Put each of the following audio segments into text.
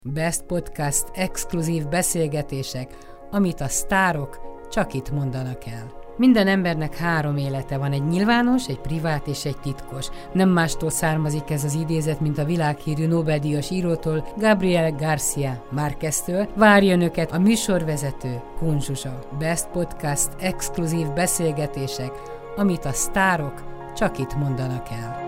Best Podcast exkluzív beszélgetések, amit a sztárok csak itt mondanak el. Minden embernek 3 élete van, egy nyilvános, egy privát és egy titkos. Nem mástól származik ez az idézet, mint a világhírű Nobel-díjas írótól, Gabriel García Márqueztől. Várja önöket a műsorvezető, Kun Zsuzsa. Best Podcast exkluzív beszélgetések, amit a sztárok csak itt mondanak el.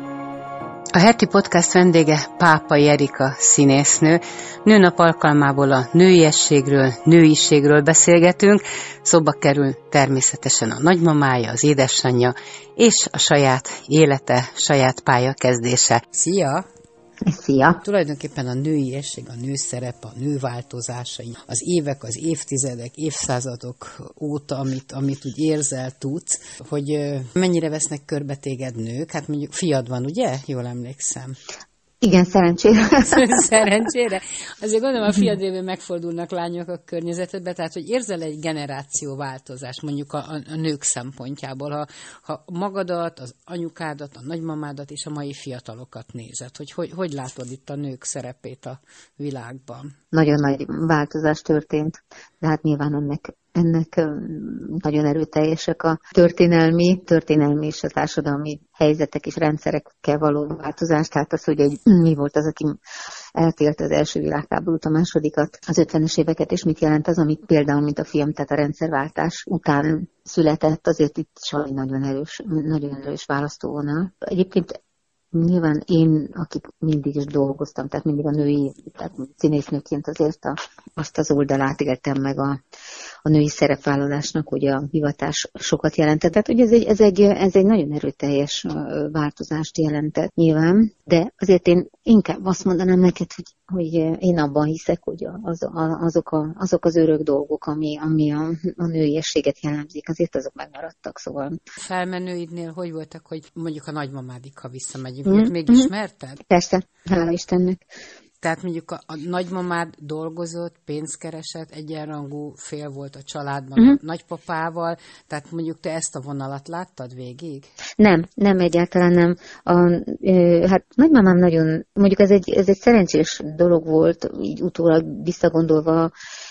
A heti podcast vendége Pápai Erika színésznő. Nőnap alkalmából a nőiességről, nőiségről beszélgetünk. Szóba kerül természetesen a nagymamája, az édesanyja és a saját élete, saját pályakezdése. Szia! Szia! Tulajdonképpen a nőiesség, a nőszerep, a nőváltozásai, az évek, az évtizedek, évszázadok óta, amit úgy érzel, tudsz, hogy mennyire vesznek körbe téged nők. Hát mondjuk fiad van, ugye? Jól emlékszem. Igen, szerencsére. Szerencsére. Azért gondolom, a fiad révén megfordulnak lányok a környezetedbe, tehát hogy érzel egy generációváltozást mondjuk a nők szempontjából, ha magadat, az anyukádat, a nagymamádat és a mai fiatalokat nézed, hogy látod itt a nők szerepét a világban? Nagyon nagy változás történt, de hát nyilván ennek nagyon erőteljesek a történelmi és a társadalmi helyzetek és rendszerekkel való változás. Tehát az, hogy mi volt az, aki eltélt az első világháborút, a másodikat, az 50-es éveket, és mit jelent az, amit például, mint a film, tehát a rendszerváltás után született, azért itt is nagyon erős választóvonal. Egyébként nyilván én, aki mindig is dolgoztam, tehát mindig a női, tehát színésznőként azért azt az oldalát éltem meg a női szerepvállalásnak, hogy a hivatás sokat jelentett. Tehát ugye ez egy nagyon erőteljes változást jelentett nyilván, de azért én inkább azt mondanám neked, hogy én abban hiszek, hogy azok az örök dolgok, ami a nőiességet jellemzik, azért azok megmaradtak, szóval. Felmenőidnél hogy voltak, hogy mondjuk a nagymamádig, ha visszamegyünk, még ismerted? Persze, hála Istennek. Tehát mondjuk a nagymamád dolgozott, pénzt keresett, egyenrangú fél volt a családban a nagypapával, tehát mondjuk te ezt a vonalat láttad végig? Nem, egyáltalán nem. Hát nagymamám nagyon, mondjuk ez egy szerencsés dolog volt, így utólag visszagondolva,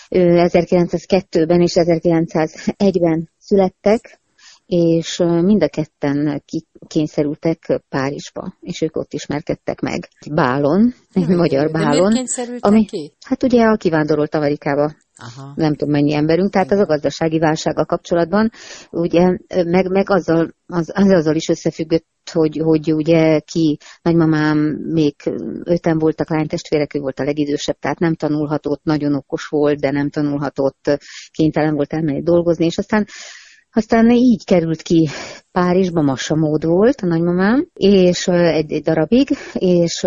1902-ben és 1901-ben születtek, és mind a ketten kényszerültek Párizsba, és ők ott ismerkedtek meg. Bálon, egy magyar bálon. De miért kényszerültek ki? Hát ugye kivándorolt Amerikába. Aha. Nem tudom mennyi emberünk, tehát az a gazdasági válsággal kapcsolatban, ugye, meg azzal is összefüggött, hogy ugye nagymamám még 5-en voltak lánytestvérek, ő volt a legidősebb, tehát nem tanulhatott, nagyon okos volt, de nem tanulhatott, kénytelen volt elmenni dolgozni, és aztán így került ki Párizsba, masamód volt a nagymamám, és egy darabig, és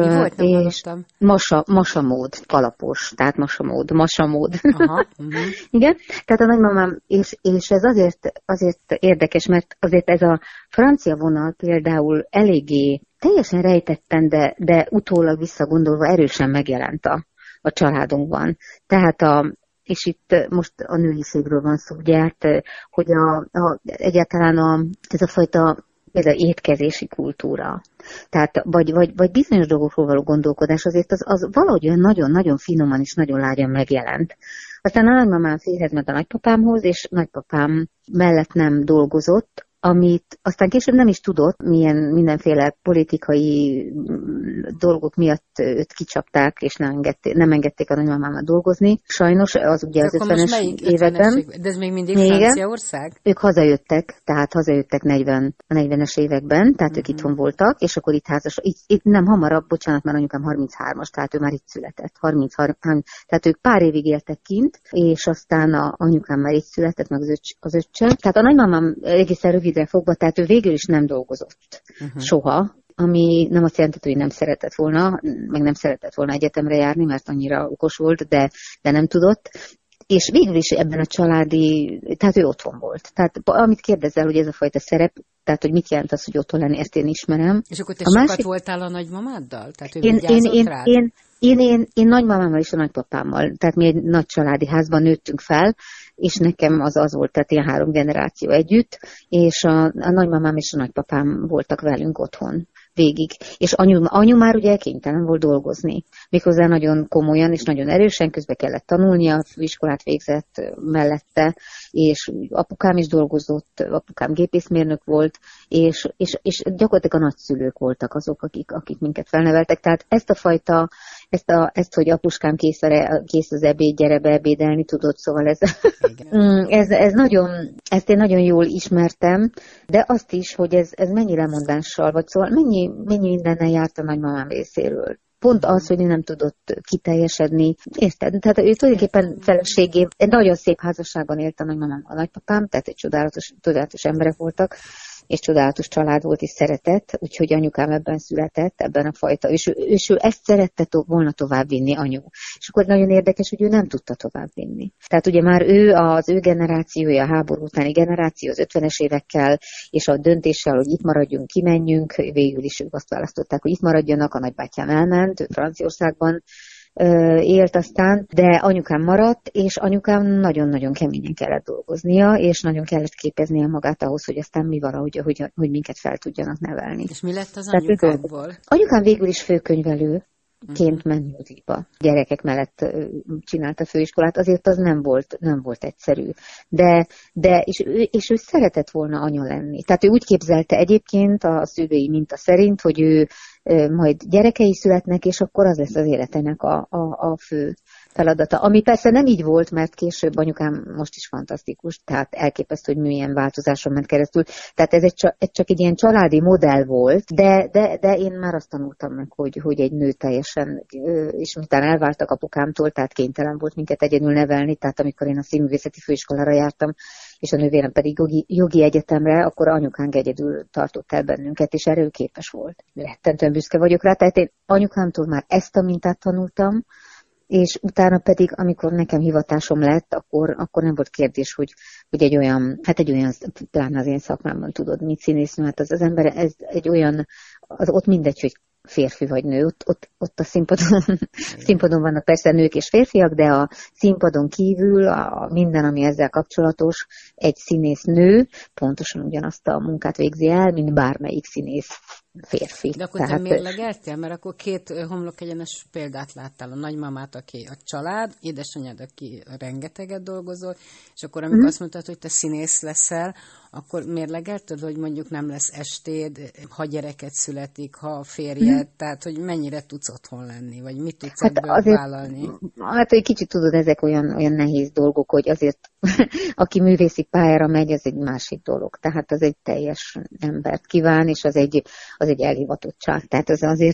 masamód, kalapos, tehát masamód. Aha, Igen, tehát a nagymamám, és ez azért érdekes, mert azért ez a francia vonal például eléggé teljesen rejtetten, de utólag visszagondolva erősen megjelent a családunkban. Tehát és itt most a nőiségről van szó, ugye, hogy egyáltalán ez a fajta például étkezési kultúra, tehát vagy bizonyos dolgokról való gondolkodás, azért az valahogy olyan nagyon-nagyon finoman és nagyon lágyan megjelent. Aztán a nagymamám férjhez ment a nagypapámhoz, és nagypapám mellett nem dolgozott, amit aztán később nem is tudott, mindenféle politikai dolgok miatt őt kicsapták, és nem engedték a nagymamámat dolgozni. Sajnos az ugye az 50-es években. De ez még mindig Franciaország? Ők hazajöttek, tehát a 40-es években, tehát ők itthon voltak, és akkor itt nem hamarabb, bocsánat, már anyukám 33-as, tehát ő már itt született, 33, tehát ők pár évig éltek kint, és aztán a anyukám már itt született, meg az öccse. Tehát a nagymamám egészen rövidre fogva, tehát ő végül is nem dolgozott soha, ami nem azt jelenti, hogy nem szeretett volna egyetemre járni, mert annyira okos volt, de nem tudott. És végül is ebben a tehát ő otthon volt. Tehát amit kérdezel, hogy ez a fajta szerep, tehát hogy mit jelent az, hogy otthon lenni, ezt én ismerem. És akkor te sokat voltál a nagymamáddal? Tehát ő vigyázott rád? Én nagymamámmal és a nagypapámmal, tehát mi egy nagy családi házban nőttünk fel, és nekem az volt, tehát ilyen 3 generáció együtt, és a nagymamám és a nagypapám voltak velünk otthon végig. És anyu már ugye kénytelen volt dolgozni. méghozzá nagyon komolyan és nagyon erősen, közben kellett tanulnia, főiskolát végzett mellette, és apukám is dolgozott, apukám gépészmérnök volt, és gyakorlatilag a nagyszülők voltak azok, akik minket felneveltek. Tehát ezt a fajta, hogy apuskám kész az ebéd, gyere beebédelni, tudod, szóval ezt én nagyon jól ismertem, de azt is, hogy ez mennyi lemondással, vagy szóval mennyi mindennel járt a nagymamám részéről. Pont az, hogy nem tudott kiteljesedni. Érted? Tehát ő tulajdonképpen feleségé, egy nagyon szép házasságban élt a nagymamám, a nagypapám, tehát egy csodálatos emberek voltak, és csodálatos család volt, és szeretett, úgyhogy anyukám ebben született, ebben a fajta, és ő ezt szerette volna továbbvinni, anyu. És akkor nagyon érdekes, hogy ő nem tudta továbbvinni. Tehát ugye már az ő generációja, a háború utáni generáció, az 50-es évekkel, és a döntéssel, hogy itt maradjunk, kimenjünk, végül is ők azt választották, hogy itt maradjanak, a nagybátyám elment, ő Franciaországban élt aztán, de anyukám maradt, és anyukám nagyon-nagyon keményen kellett dolgoznia, és nagyon kellett képeznie magát ahhoz, hogy aztán mi valahogy, hogy minket fel tudjanak nevelni. És mi lett az anyukákból? Anyukám végül is főkönyvelőként ment nyugdíjba. Gyerekek mellett csinálta főiskolát, azért az nem volt egyszerű. És ő szeretett volna anya lenni. Tehát ő úgy képzelte egyébként a szülői minta szerint, hogy ő majd gyerekei születnek, és akkor az lesz az életének a fő feladata. Ami persze nem így volt, mert később anyukám most is fantasztikus, tehát elképesztő, hogy milyen változáson ment keresztül. Tehát ez csak egy ilyen családi modell volt, de én már azt tanultam meg, hogy egy nő teljesen, és miután elváltak apukámtól, tehát kénytelen volt minket egyedül nevelni, tehát amikor én a színművészeti főiskolára jártam, és a nővérem pedig jogi egyetemre, akkor anyukánk egyedül tartott el bennünket, és erre ő képes volt. Rettentően büszke vagyok rá, tehát én anyukámtól már ezt a mintát tanultam, és utána pedig, amikor nekem hivatásom lett, akkor nem volt kérdés, hogy egy olyan, pláne az én szakmámban tudod, mit színésznő, hát az ember, ez egy olyan, ott mindegy, hogy férfi vagy nő, ott a színpadon vannak persze nők és férfiak, de a színpadon kívül minden, ami ezzel kapcsolatos, egy színésznő pontosan ugyanazt a munkát végzi el, mint bármelyik színész férfi. De akkor te mérlegeltél? Mert akkor két homlokegyenes példát láttál. A nagymamát, aki a család, édesanyád, aki rengeteget dolgozol, és akkor amikor azt mondtad, hogy te színész leszel, akkor mérlegelted, hogy mondjuk nem lesz estéd, ha gyereket születik, ha férjed, tehát hogy mennyire tudsz otthon lenni, vagy mit tudsz ebből vállalni? Hát, hogy kicsit tudod, ezek olyan nehéz dolgok, hogy azért aki művészi pályára megy, az egy másik dolog. Tehát az egy teljes embert kíván, és az egy elhivatottság. Tehát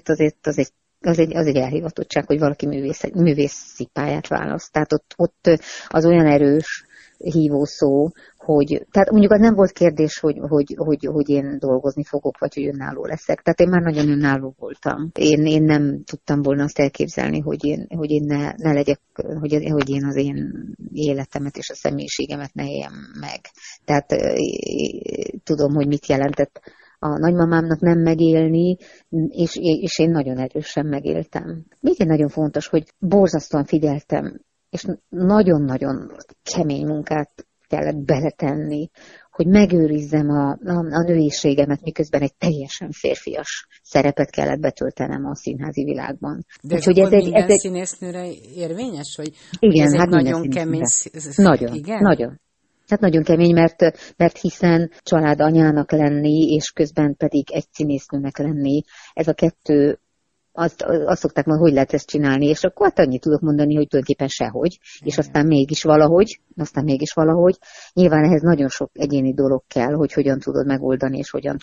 az egy elhivatottság, hogy valaki művészi pályát választ. Tehát ott az olyan erős hívószó, hogy, tehát mondjuk az nem volt kérdés, hogy én dolgozni fogok, vagy hogy önálló leszek. Tehát én már nagyon önálló voltam. Én nem tudtam volna azt elképzelni, hogy én ne legyek, hogy én az én életemet és a személyiségemet ne éljem meg. Tehát tudom, hogy mit jelentett a nagymamámnak nem megélni, és én nagyon erősen megéltem. Még egy nagyon fontos, hogy borzasztóan figyeltem, és nagyon-nagyon kemény munkát kellett beletenni, hogy megőrizzem a nőiségemet, miközben egy teljesen férfias szerepet kellett betöltenem a színházi világban. De úgyhogy ez minden színésznőre érvényes? Hogy igen, ez hát egy nagyon kemény... Nagyon. Hát nagyon kemény, mert hiszen családanyának lenni, és közben pedig egy színésznőnek lenni, ez a kettő, azt szokták mondani, hogy lehet ezt csinálni, és akkor hát annyit tudok mondani, hogy tulajdonképpen sehogy, és aztán mégis valahogy. Nyilván ehhez nagyon sok egyéni dolog kell, hogy hogyan tudod megoldani, és hogyan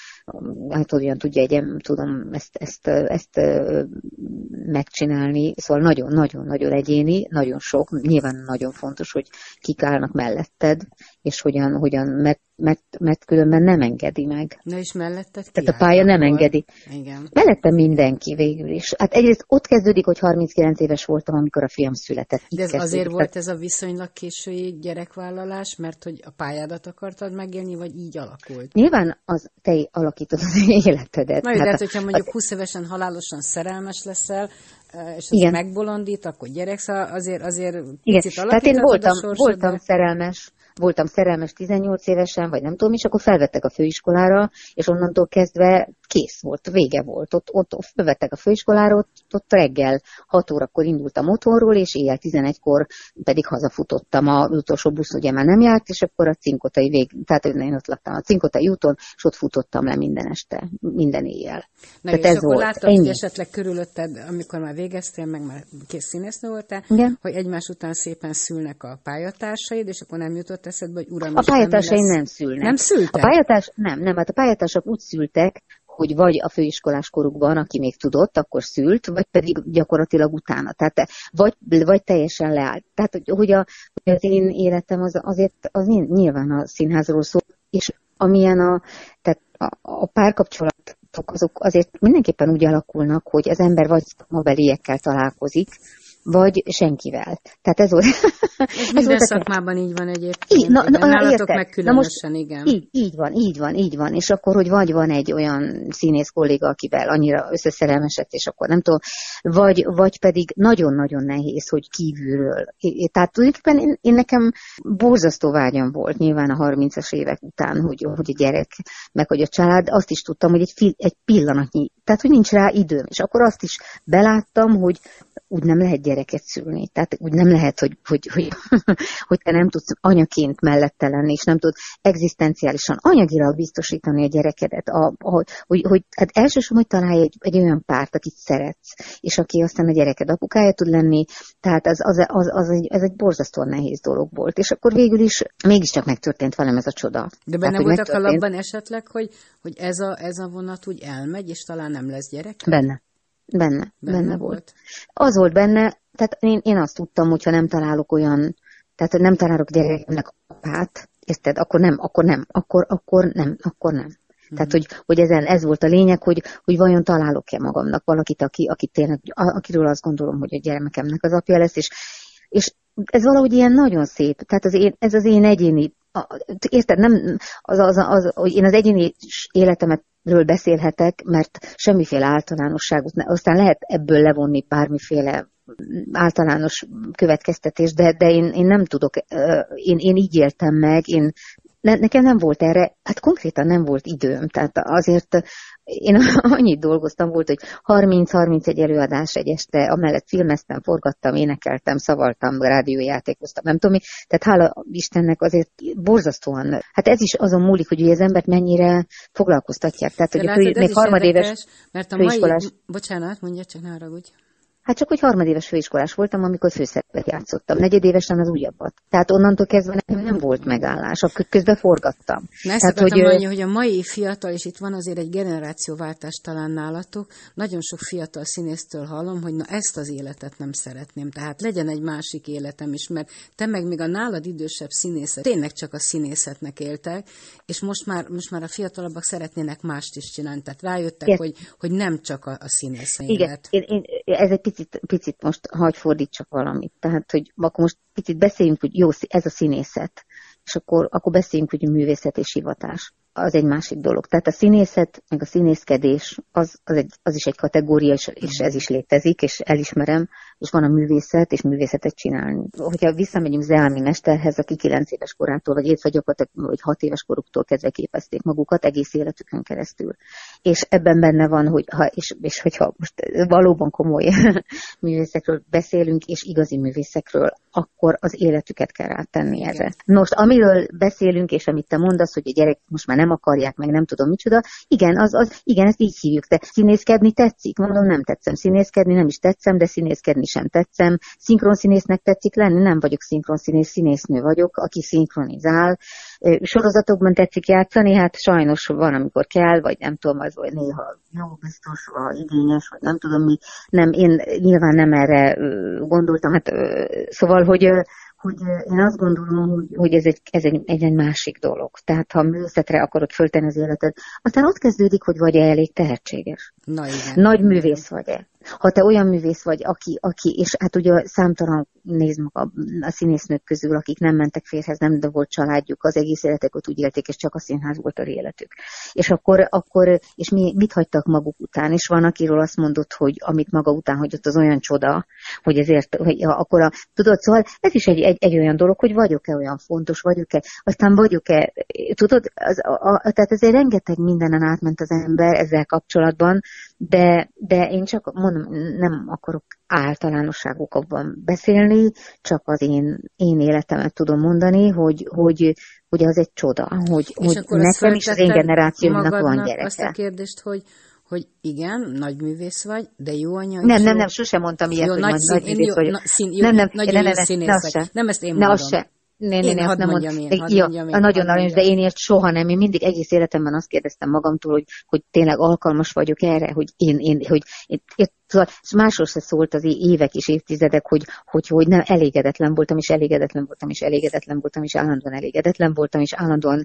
tudja ezt megcsinálni. Szóval nagyon-nagyon egyéni, nagyon sok, nyilván nagyon fontos, hogy kik állnak melletted, és hogyan mert különben nem engedi meg. Na és melletted ki? Tehát a pálya nem engedi. Igen. Mellettem mindenki végül is. Hát egyrészt ott kezdődik, hogy 39 éves voltam, amikor a fiam született. De ez azért volt ez a viszonylag késői gyerekvállalás, mert hogy a pályádat akartad megélni, vagy így alakult? Nyilván te alakítod az életedet. Na, de hogyha mondjuk 20 évesen halálosan szerelmes leszel, és ez megbolondít, akkor gyerek, azért picit alakítod. Tehát én voltam szerelmes 18 évesen, vagy nem tudom is, akkor felvettek a főiskolára, és onnantól kezdve kész volt, vége volt. Ott bevettek a főiskolára, ott reggel 6 órakor indultam otthonról, és éjjel 11-kor pedig hazafutottam. Az utolsó busz ugye már nem járt, és akkor a Cinkotai tehát én ott laktam a Cinkotai úton, és ott futottam le minden este, minden éjjel. Na és akkor láttad, hogy esetleg körülötted, amikor már végeztél, meg már kész színésznő voltál, hogy egymás után szépen szülnek a pályatársaid, és akkor nem jutott eszedbe, hogy uram, a pályatársaim nem szülnek. Nem szültek? Hát a pályatársak úgy szültek, hogy vagy a főiskolás korukban, aki még tudott, akkor szült, vagy pedig gyakorlatilag utána. Tehát vagy teljesen leállt. Tehát, hogy az én életem az nyilván a színházról szól, és amilyen tehát a párkapcsolatok azok azért mindenképpen úgy alakulnak, hogy az ember vagy szakmabeliekkel találkozik, vagy senkivel. Tehát ez volt... Ez minden szakmában így van egyébként. Nálatok meg különösen, igen. Így van. És akkor, hogy vagy van egy olyan színész kolléga, akivel annyira összeszerelmesett, és akkor nem tudom, vagy pedig nagyon-nagyon nehéz, hogy kívülről. Tehát tulajdonképpen én nekem borzasztó vágyam volt nyilván a 30-as évek után, hogy a gyerek, meg hogy a család, azt is tudtam, hogy egy pillanatnyi, tehát hogy nincs rá időm. És akkor azt is beláttam, hogy úgy nem lehet gyereket szülni. Tehát úgy nem lehet, hogy te nem tudsz anyaként mellette lenni, és nem tudod egzisztenciálisan, anyagilag biztosítani a gyerekedet. Hogy hát elsősorban, hogy találj egy olyan párt, akit szeretsz, és aki aztán a gyereked apukája tud lenni. Tehát ez egy borzasztóan nehéz dolog volt. És akkor végül is mégiscsak megtörtént velem ez a csoda. De benne voltak a labban esetleg, hogy ez a vonat úgy elmegy, és talán nem lesz gyerek? Benne volt. Az volt benne, tehát én azt tudtam, hogyha nem találok tehát nem találok gyerekemnek apát, érted, akkor nem. Tehát, hogy ez volt a lényeg, hogy vajon találok-e magamnak valakit, aki tényleg, akiről azt gondolom, hogy a gyermekemnek az apja lesz, és ez valahogy ilyen nagyon szép, tehát ez az én egyéni, érted, nem hogy én az egyéni életemről beszélhetek, mert semmiféle általánosságot, aztán lehet ebből levonni bármiféle általános következtetés, de én nem tudok, én így éltem meg, nekem nem volt erre, hát konkrétan nem volt időm, tehát azért én annyit dolgoztam, volt, hogy 30-31 előadás egy este, amellett filmeztem, forgattam, énekeltem, szavaltam, rádiójátékoztam, nem tudom mi, tehát hála Istennek azért borzasztóan, hát ez is azon múlik, hogy az embert mennyire foglalkoztatják, tehát hogy látod, még harmadéves mert a mai, bocsánat, mondja, csak ne haragudj. Hát csak, hogy harmadéves főiskolás voltam, amikor főszerepet játszottam. Negyedévesen az újabbat. Tehát onnantól kezdve nekem nem volt megállás, közben forgattam. Ezt akartam mondani, hogy a mai fiatal, és itt van azért egy generációváltás talán nálatok, nagyon sok fiatal színésztől hallom, hogy na ezt az életet nem szeretném. Tehát legyen egy másik életem is, mert te meg még a nálad idősebb színészek tényleg csak a színészetnek éltek, és most már a fiatalabbak szeretnének mást is csinálni. Tehát rájöttek, hogy nem csak a színész élet. Igen, ez egy picit most hagy fordítsak valamit. Tehát, hogy akkor most picit beszéljünk, hogy jó, ez a színészet, és akkor beszéljünk, hogy művészet és hivatás. Az egy másik dolog. Tehát a színészet, meg a színészkedés, az is egy kategória, és ez is létezik, és elismerem, és van a művészet, és művészetet csinálni. Hogyha visszamegyünk Zeámi mesterhez, aki 9 éves korától, vagy gyakorlatilag 6 éves koruktól kezdve képezték magukat egész életükön keresztül. És ebben benne van, és hogyha most valóban komoly művészekről beszélünk, és igazi művészekről, akkor az életüket kell rátenni erre. Most, amiről beszélünk, és amit te mondasz, hogy a gyerek most már nem akarják, meg nem tudom micsoda, igen, ezt így hívjuk, de színészkedni tetszik? Mondom, nem tetszem. Színészkedni nem is tetszem, de színészkedni sem tetszem. Szinkronszínésznek tetszik lenni? Nem vagyok szinkronszínész, színésznő vagyok, aki szinkronizál. Sorozatokban tetszik játszani? Hát sajnos van, amikor kell, vagy nem tudom, az vagy néha jó, biztos, vagy igényes, vagy nem tudom mi. Nem, én nyilván nem erre gondoltam, hát szóval, hogy én azt gondolom, hogy ez egy másik dolog. Tehát ha művészetre akarod föltenni az életed, aztán ott kezdődik, hogy vagy-e elég tehetséges. Na igen. Nagy művész vagy-e. Ha te olyan művész vagy, aki és hát ugye számtalan nézd maga a színésznők közül, akik nem mentek férjhez, nem de volt családjuk, az egész életeket úgy élték, és csak a színház volt a életük. És akkor és mit hagytak maguk után? És van, akiről azt mondod, hogy amit maga után hagyott, az olyan csoda, hogy ezért, hogy akkor tudod, szóval ez is egy olyan dolog, hogy vagyok-e olyan fontos, vagyok-e, aztán vagyok-e, tudod, tehát ezért rengeteg mindenen átment az ember ezzel kapcsolatban, de én csak mondom, nem akarok általánosságokban beszélni, csak az én életemet tudom mondani, hogy az egy csoda, hogy nekem is az én generációmnak van gyereke. Azt a kérdést, hogy igen, nagy művész vagy, de jó anya. Nem, sosem mondtam ilyet, hogy nagy művész vagy. Nagyon jó színész vagy. Nem ezt én mondom. Hadd mondjam én. Nagyon aranyos, de én ilyet soha nem. Én mindig egész életemben azt kérdeztem magamtól, hogy tényleg alkalmas vagyok erre, hogy én szóval másról se szólt az évek és évtizedek, hogy nem elégedetlen voltam, és állandóan elégedetlen voltam, és állandóan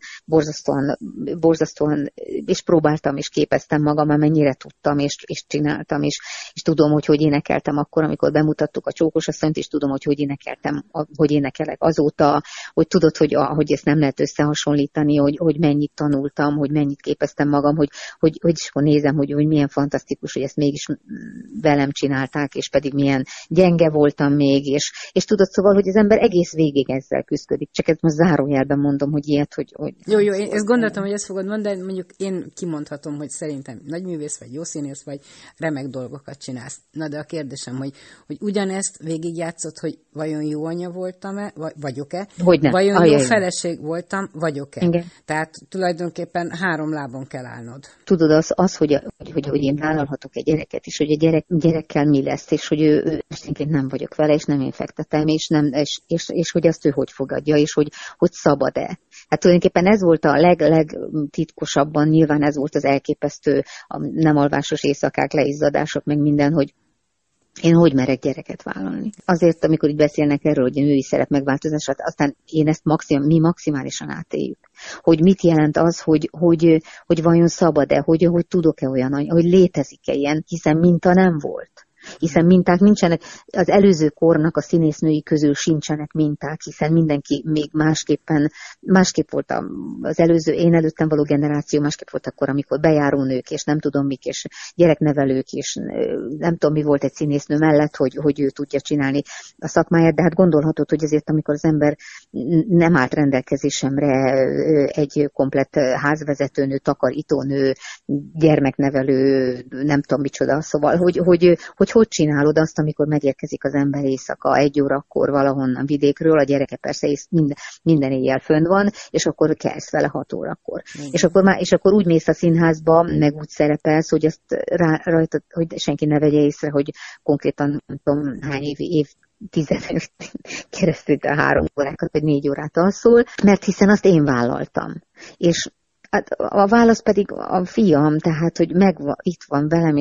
borzasztóan, és próbáltam, és képeztem magam, amennyire tudtam, és csináltam, és tudom, hogy énekeltem akkor, amikor bemutattuk a Csókosasszonyt, és tudom, hogy énekeltem, hogy énekelek azóta, hogy tudod, hogy ezt nem lehet összehasonlítani, hogy mennyit tanultam, hogy mennyit képeztem magam, hogy akkor nézem, hogy milyen fantasztikus, hogy ezt mégis velem csinálták, és pedig milyen gyenge voltam még, és tudod, szóval, hogy az ember egész végig ezzel küzdik. Csak ezt most zárójelben mondom, hogy ilyet, hogy Jó, én ezt gondoltam, hogy ezt fogod mondani, de mondjuk én kimondhatom, hogy szerintem nagy művész vagy, jó színész vagy, remek dolgokat csinálsz. Na de a kérdésem, hogy ugyanezt végigjátszott, hogy vajon jó anya voltam-e, vagyok-e? Hogyne. Vajon jó feleség voltam, vagyok-e? Igen. Tehát tulajdonképpen 3 lábon kell állnod. Tudod, az, hogy én vállalhatok egy gyereket is, hogy a gyerekkel mi lesz, és hogy ő esténként nem vagyok vele, és nem én fektetem, és hogy azt ő hogy fogadja, és hogy szabad-e. Hát tulajdonképpen ez volt a legtitkosabban, nyilván ez volt az elképesztő, a nem alvásos éjszakák, leizzadások, meg minden, hogy én hogy merek gyereket vállalni. Azért, amikor itt beszélnek erről, hogy a női szerep megváltozását, aztán én ezt mi maximálisan átéljük. Hogy mit jelent az, hogy vajon szabad-e, hogy tudok-e olyan, hogy létezik-e ilyen, hiszen minta nem volt. Hiszen minták nincsenek, az előző kornak a színésznői közül sincsenek minták, hiszen mindenki még másképp volt az előző, én előttem való generáció, másképp volt akkor, amikor bejáró nők, és nem tudom mik, és gyereknevelők, és nem tudom mi volt egy színésznő mellett, hogy ő tudja csinálni a szakmáját, de hát gondolhatod, hogy azért, amikor az ember nem állt rendelkezésemre egy komplett házvezetőnő, takarítónő, gyermeknevelő, nem tudom micsoda, szóval, hogy csinálod azt, amikor megérkezik az ember éjszaka 1 órakor valahonnan vidékről, a gyereke persze minden éjjel fönn van, és akkor kelsz vele 6 órakor. És akkor úgy mész a színházba, meg úgy szerepelsz, hogy azt rajta, hogy senki ne vegye észre, hogy konkrétan nem tudom hány év 15 keresztül a 3 órákat, vagy 4 órát alszol, mert hiszen azt én vállaltam. És hát a válasz pedig a fiam, tehát, hogy itt van velem,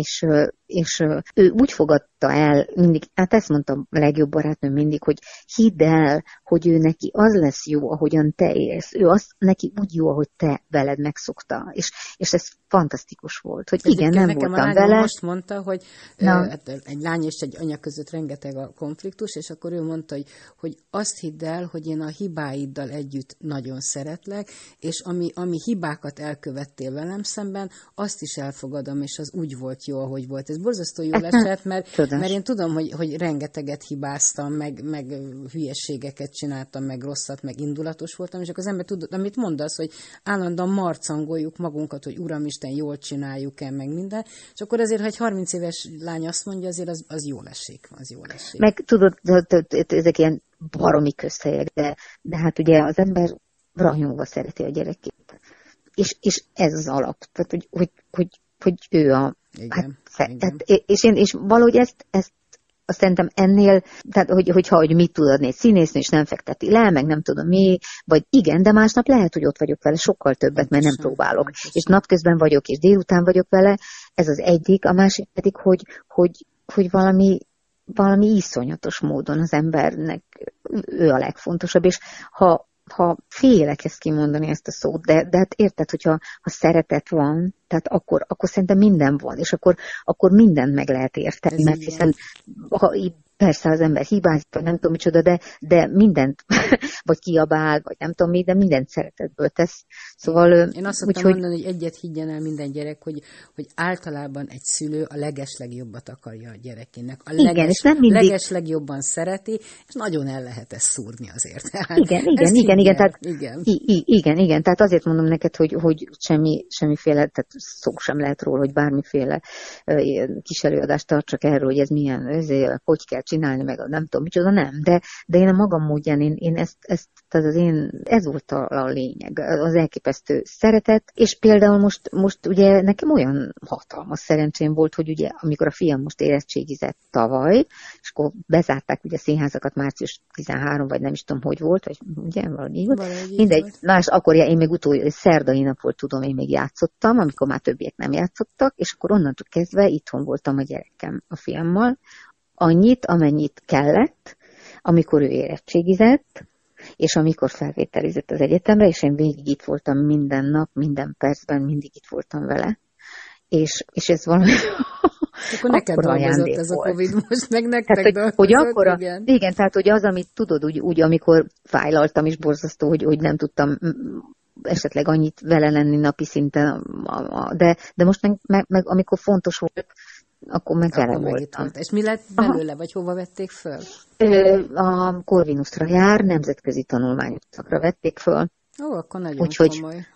és ő úgy fogadta el mindig, hát ezt mondtam a legjobb barátnőm mindig, hogy hidd el, hogy ő neki az lesz jó, ahogyan te élsz. Ő neki úgy jó, ahogy te veled megszokta. És ez fantasztikus volt, hogy igen, nem voltam vele. Most mondta, hogy egy lány és egy anya között rengeteg a konfliktus, és akkor ő mondta, hogy azt hidd el, hogy én a hibáiddal együtt nagyon szeretlek, és ami hibákat elkövettél velem szemben, azt is elfogadom, és az úgy volt jó, ahogy volt. Ez borzasztó jól esett, mert én tudom, hogy rengeteget hibáztam, meg hülyeségeket csináltam, meg rosszat, meg indulatos voltam, és akkor az ember tudod, amit mondasz, hogy állandóan marcangoljuk magunkat, hogy Uramisten, jól csináljuk-e, meg minden, és akkor azért, ha egy 30 éves lány azt mondja, azért az jól esik. Meg tudod, ezek ilyen baromi közhelyek, de hát ugye az ember rajongva szereti a gyerekét. És ez az alap. Tehát, hogy ő a... Igen, igen. És valahogy ezt azt szerintem ennél, tehát hogy mit tud adni egy színésznő, és nem fekteti le, meg nem tudom mi, vagy igen, de másnap lehet, hogy ott vagyok vele sokkal többet, mert nem próbálok. És napközben vagyok, és délután vagyok vele, ez az egyik, a másik pedig, hogy valami iszonyatos módon az embernek ő a legfontosabb, és ha ha félek ezt kimondani, ezt a szót, de hát érted, hogyha szeretet van, tehát akkor szerintem minden van, és akkor mindent meg lehet érteni, mert hiszen persze az ember hibázik, vagy nem tudom micsoda, de mindent, vagy kiabál, vagy nem tudom mi, de mindent szeretetből tesz. Szóval, én azt szoktam mondani, hogy egyet higgyen el minden gyerek, hogy általában egy szülő a legeslegjobbat akarja a gyerekének. És nem mindig... legeslegjobban szereti, és nagyon el lehet ezt szúrni azért. Igen, tehát azért mondom neked, hogy semmiféle, tehát szó sem lehet róla, hogy bármiféle kis előadást tartsak erről, hogy ez milyen, hogy kell csinálni, meg nem tudom micsoda, nem. De én a magam módján, én ez volt a lényeg, az elképesztő szeretet, és például most ugye nekem olyan hatalmas szerencsém volt, hogy ugye amikor a fiam most érettségizett tavaly, és akkor bezárták ugye a színházakat március 13, vagy nem is tudom, hogy volt, vagy ugye valahogy így volt. Mindegy, na és akkor én még szerdai nap volt, tudom, én még játszottam, amikor már többiek nem játszottak, és akkor onnantól kezdve itthon voltam a gyerekem, a fiammal, annyit, amennyit kellett, amikor ő érettségizett, és amikor felvételizett az egyetemre, és én végig itt voltam minden nap, minden percben, mindig itt voltam vele. És ez valami... Akkor neked dolgozott ez a Covid most, meg nektek dolgozott, igen, tehát hogy az, amit tudod, úgy amikor fájlaltam és borzasztó, hogy nem tudtam esetleg annyit vele lenni napi szinten, de most meg amikor fontos volt, akkor meg vele voltam. És mi lett belőle, vagy hova vették föl? A Corvinusra jár, nemzetközi tanulmányokra vették föl. Ó, akkor nagyon komoly.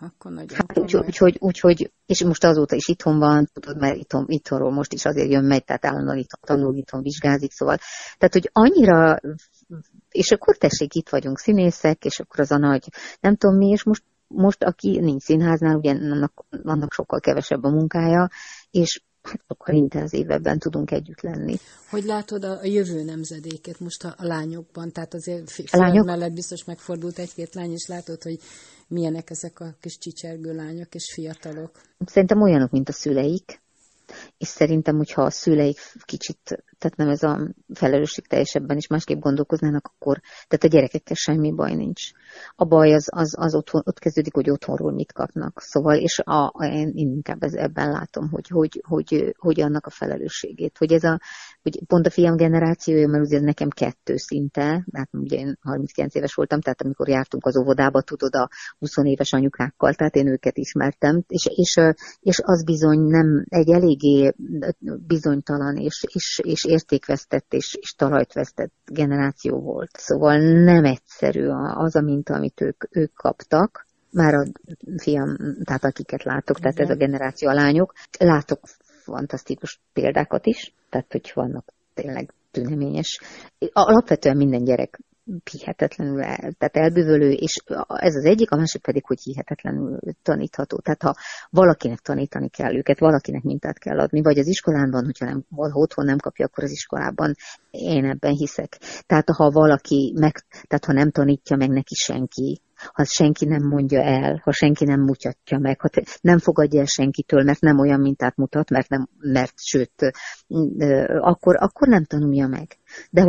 Úgyhogy, és most azóta is itthon van, tudod, mert itthonról most is azért jön, megy, tehát állandóan itthon tanul, itthon vizsgázik, szóval. Tehát, hogy annyira, és akkor tessék, itt vagyunk színészek, és akkor az a nagy, nem tudom mi, és most aki nincs színháznál, ugye annak sokkal kevesebb a munkája, és hát sokkal intenzívebben tudunk együtt lenni. Hogy látod a jövő nemzedéket most a lányokban? Tehát azért fiad mellett biztos megfordult egy-két lány, és látod, hogy milyenek ezek a kis csicsergő lányok és fiatalok? Szerintem olyanok, mint a szüleik, és szerintem, hogyha a szüleik kicsit, tehát nem ez a felelősség teljesebben is másképp gondolkoznának, akkor, tehát a gyerekekkel semmi baj nincs. A baj az ott kezdődik, hogy otthonról mit kapnak. Szóval, és én inkább ebben látom, hogy annak a felelősségét. Hogy pont a fiam generációja, mert ugye nekem 2 szinte, hát ugye én 39 éves voltam, tehát amikor jártunk az óvodába, tudod, a 20 éves anyukákkal, tehát én őket ismertem, és az bizony nem egy eléggé bizonytalan és értékvesztett és talajt vesztett generáció volt. Szóval nem egyszerű az a minta, amit ők kaptak. Már a fiam, tehát akiket látok, tehát ez a generáció a lányok. Látok fantasztikus példákat is, tehát hogy vannak tényleg tüneményes. Alapvetően minden gyerek hihetetlenül tehát elbűvölő, és ez az egyik, a másik pedig, hogy hihetetlenül tanítható. Tehát ha valakinek tanítani kell őket, valakinek mintát kell adni, vagy az iskolában, hogyha otthon nem kapja, akkor az iskolában én ebben hiszek. Tehát tehát ha nem tanítja meg neki senki, ha senki nem mondja el, ha senki nem mutatja meg, ha nem fogadja el senkitől, mert nem olyan mintát mutat, sőt, akkor nem tanulja meg. De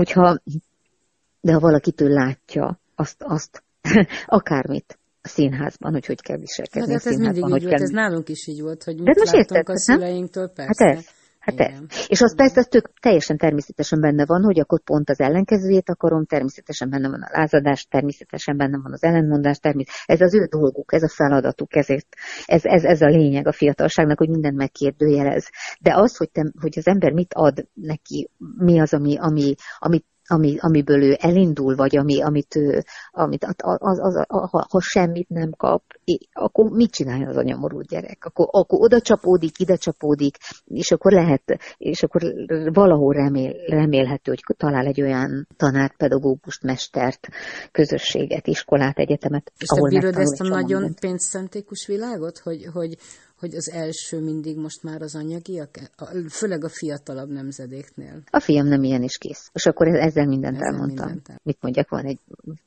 ha valakitől látja azt akármit a színházban, hogy kell viselkedni. Hát ez mindig így volt, ez nálunk is így volt, hogy mit láttunk a szüleinktől, persze. Hát ez. És az persze teljesen természetesen benne van, hogy akkor pont az ellenkezőjét akarom, természetesen benne van a lázadás, természetesen benne van az ellentmondás, ez az ő dolguk, ez a feladatuk, ezért ez a lényeg a fiatalságnak, hogy mindent megkérdőjelez. De az, hogy az ember mit ad neki, mi az, amiből ő elindul, vagy ha semmit nem kap, akkor mit csinálja az a nyomorult gyerek? Akkor oda csapódik, ide csapódik, és akkor valahol remélhető, hogy talál egy olyan tanárt, pedagógust, mestert, közösséget, iskolát, egyetemet. És te bírod ezt a nagyon pénzszentékus világot, hogy az első mindig most már az anyagiak, főleg a fiatalabb nemzedéknél. A fiam nem ilyen is kész. És akkor ezzel mindent elmondtam. Mit mondjak, van egy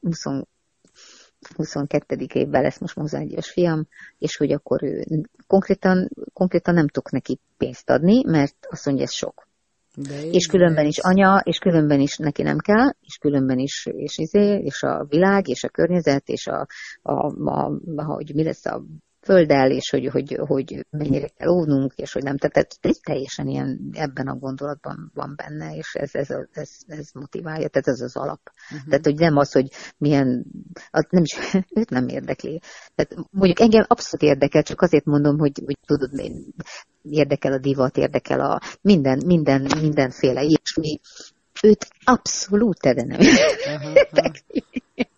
22. évben lesz most 21 éves fiam, és hogy akkor ő konkrétan nem tudok neki pénzt adni, mert azt mondja, ez sok. És különben is anya, és különben is neki nem kell, és különben is, és a világ, és a környezet, és hogy mi lesz a földdel, és hogy mennyire kell óvnunk, és hogy nem. Tehát teljesen ilyen ebben a gondolatban van benne, és ez motiválja, tehát ez az alap. Tehát, hogy nem az, hogy milyen, az nem is, őt nem érdekli. Tehát mondjuk engem abszolút érdekel, csak azért mondom, hogy tudod, érdekel a divat, érdekel a mindenféle ilyesmi. Őt abszolút de nem érdekli.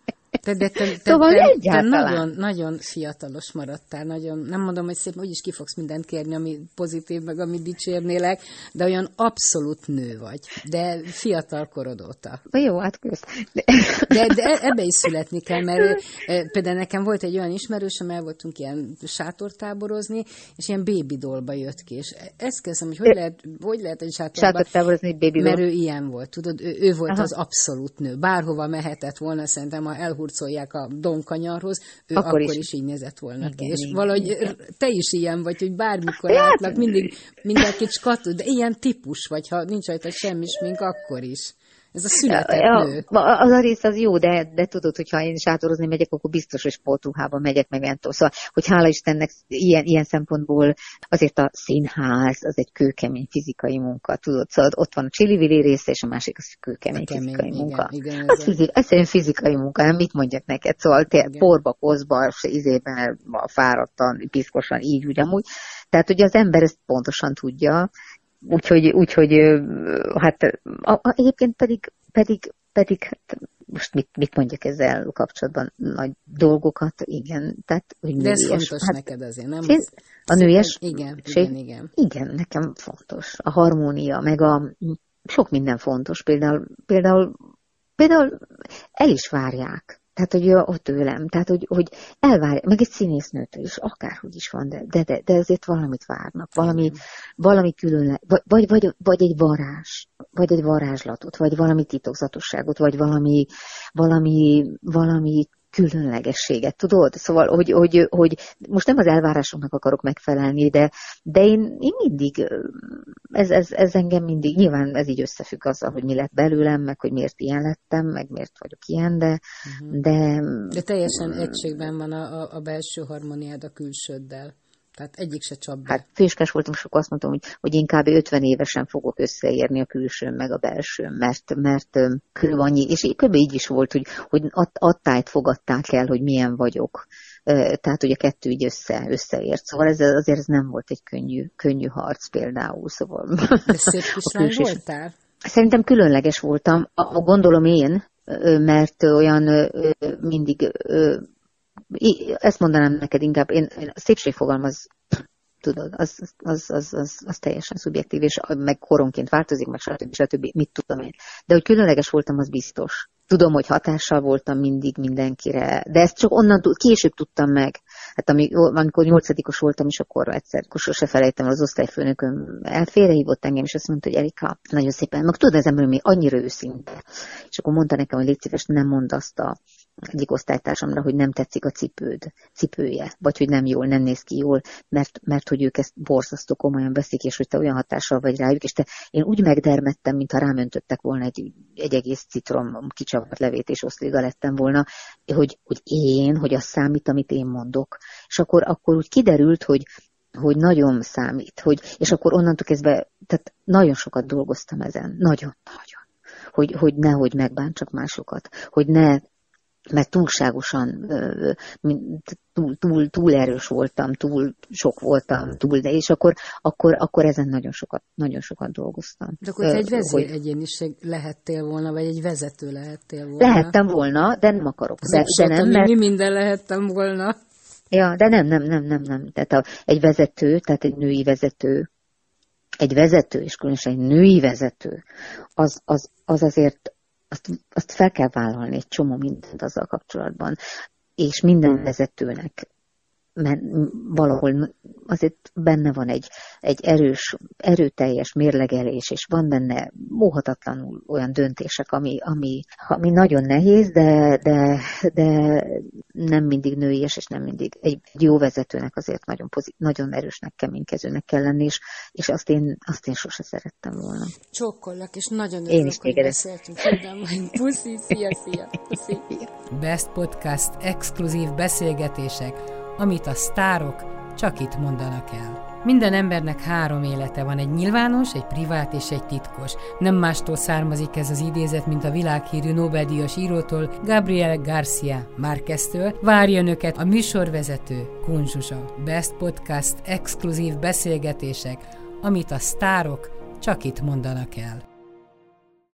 Szóval te nagyon, nagyon fiatalos maradtál, nagyon, nem mondom, hogy szép, úgyis ki fogsz mindent kérni, ami pozitív, meg amit dicsérnélek, de olyan abszolút nő vagy, de fiatal korod óta. Jó, hát kösz. De ebbe is születni kell, mert például nekem volt egy olyan ismerősöm, el voltunk ilyen sátortáborozni, és ilyen baby dollba jött ki, és ezt kezdem, hogy lehet egy sátortáborozni egy baby doll? Mert ő ilyen volt, tudod, ő volt az abszolút nő. Bárhova mehetett volna, szerintem, ha elhurcolják a Donkanyarhoz, ő akkor is így nézett volna ki. És valahogy te is ilyen vagy, hogy bármikor látlak, mindig mindenkit skatod, de ilyen típus vagy, ha nincs rajta semmi smink, akkor is. Ez a született nő. Az a rész az jó, de tudod, hogyha én sátorozni megyek, akkor biztos, hogy sportruhában megyek, meg nem tudom. Szóval, hogy hála Istennek ilyen szempontból azért a színház az egy kőkemény fizikai munka, tudod. Szóval ott van a csili-vili része, és a másik az kőkemény fizikai munka. Igen, egyszerűen fizikai munka, nem mit mondjak neked. Szóval te porba, koszba, izében, fáradtan, piszkosan, így ugyanúgy. Tehát ugye az ember ezt pontosan tudja, Úgyhogy hát egyébként pedig hát most mit mondjak ezzel kapcsolatban, nagy dolgokat, igen. Tehát, hogy de ez fontos neked azért, nem? A nőies? Igen. Igen, nekem fontos. A harmónia, meg sok minden fontos. Például el is várják. Tehát, hogy ott tőlem, tehát, hogy elvárják, meg egy színésznőtől is, akárhogy is van, de azért valamit várnak, valami különleges, vagy egy varázs, vagy egy varázslatot, vagy valami titokzatosságot, vagy valami különlegességet, tudod? Szóval, hogy most nem az elvárásoknak akarok megfelelni, de én mindig, ez engem mindig, nyilván ez így összefügg azzal, hogy mi lett belőlem, meg hogy miért ilyen lettem, meg miért vagyok ilyen, de teljesen egységben van a belső harmóniád a külsőddel. Tehát egyik se csap be. Hát főiskás voltam, és akkor azt mondtam, hogy én kb. 50 évesen fogok összeérni a külsőm meg a belsőm, mert körülbelül annyi, és kb. Így is volt, hogy attájt fogadták el, hogy milyen vagyok. Tehát, hogy a kettő így összeért. Szóval azért ez nem volt egy könnyű harc például. Szóval. De szép kislány voltál? Szerintem különleges voltam, gondolom én, mert olyan mindig... Ezt mondanám neked inkább, a szépségfogalom az, tudod, az teljesen szubjektív, és meg koronként változik, meg stb. Mit tudom én. De hogy különleges voltam, az biztos. Tudom, hogy hatással voltam mindig mindenkire, de ezt csak onnan később tudtam meg. Hát amikor 8-os voltam, és akkor egyszer sose felejtem, az osztályfőnököm elfélrehívott engem, és azt mondta, hogy Erika, nagyon szépen, meg tudod, ez ember még annyira őszinte. És akkor mondta nekem, hogy légy szíves, nem mondd azt egyik osztálytársamra, hogy nem tetszik a cipője, vagy hogy nem néz ki jól, mert hogy ők ezt borzasztó komolyan veszik, és hogy te olyan hatással vagy rájuk, és én úgy megdermedtem, mintha rám öntöttek volna egy egész citrom kicsavart levét, és osztriga lettem volna, hogy az számít, amit én mondok. És akkor úgy kiderült, hogy nagyon számít, és akkor onnantól kezdve, tehát nagyon sokat dolgoztam ezen, nagyon. Hogy nehogy megbántsak másokat, hogy ne, mert túlságosan, túl erős voltam, túl sok voltam, és akkor ezen nagyon sokat dolgoztam. De akkor egy vezéregyéniség lehettél volna, vagy egy vezető lehettél volna. Lehettem volna, de nem akarok. De nem, mert... Mi minden lehettem volna. Ja, de nem. Tehát egy vezető, tehát egy női vezető, és különösen egy női vezető, az azért azt fel kell vállalni egy csomó mindent azzal kapcsolatban, és minden vezetőnek valahol azért benne van egy erős, erőteljes mérlegelés, és van benne óhatatlanul olyan döntések, ami nagyon nehéz, de nem mindig nőies, és nem mindig egy jó vezetőnek azért nagyon erősnek, keménykezőnek kell lenni, és azt én sose szerettem volna. Csókollak, és nagyon örülök, hogy beszéltünk. Puszi, szia, puszi. Best Podcast exkluzív beszélgetések, amit a sztárok csak itt mondanak el. Minden embernek 3 élete van, egy nyilvános, egy privát és egy titkos. Nem mástól származik ez az idézet, mint a világhírű Nobel-díjas írótól, Gabriel García Márqueztől. Várja önöket a műsorvezető, Kun Zsuzsa. Best Podcast exkluzív beszélgetések, amit a sztárok csak itt mondanak el.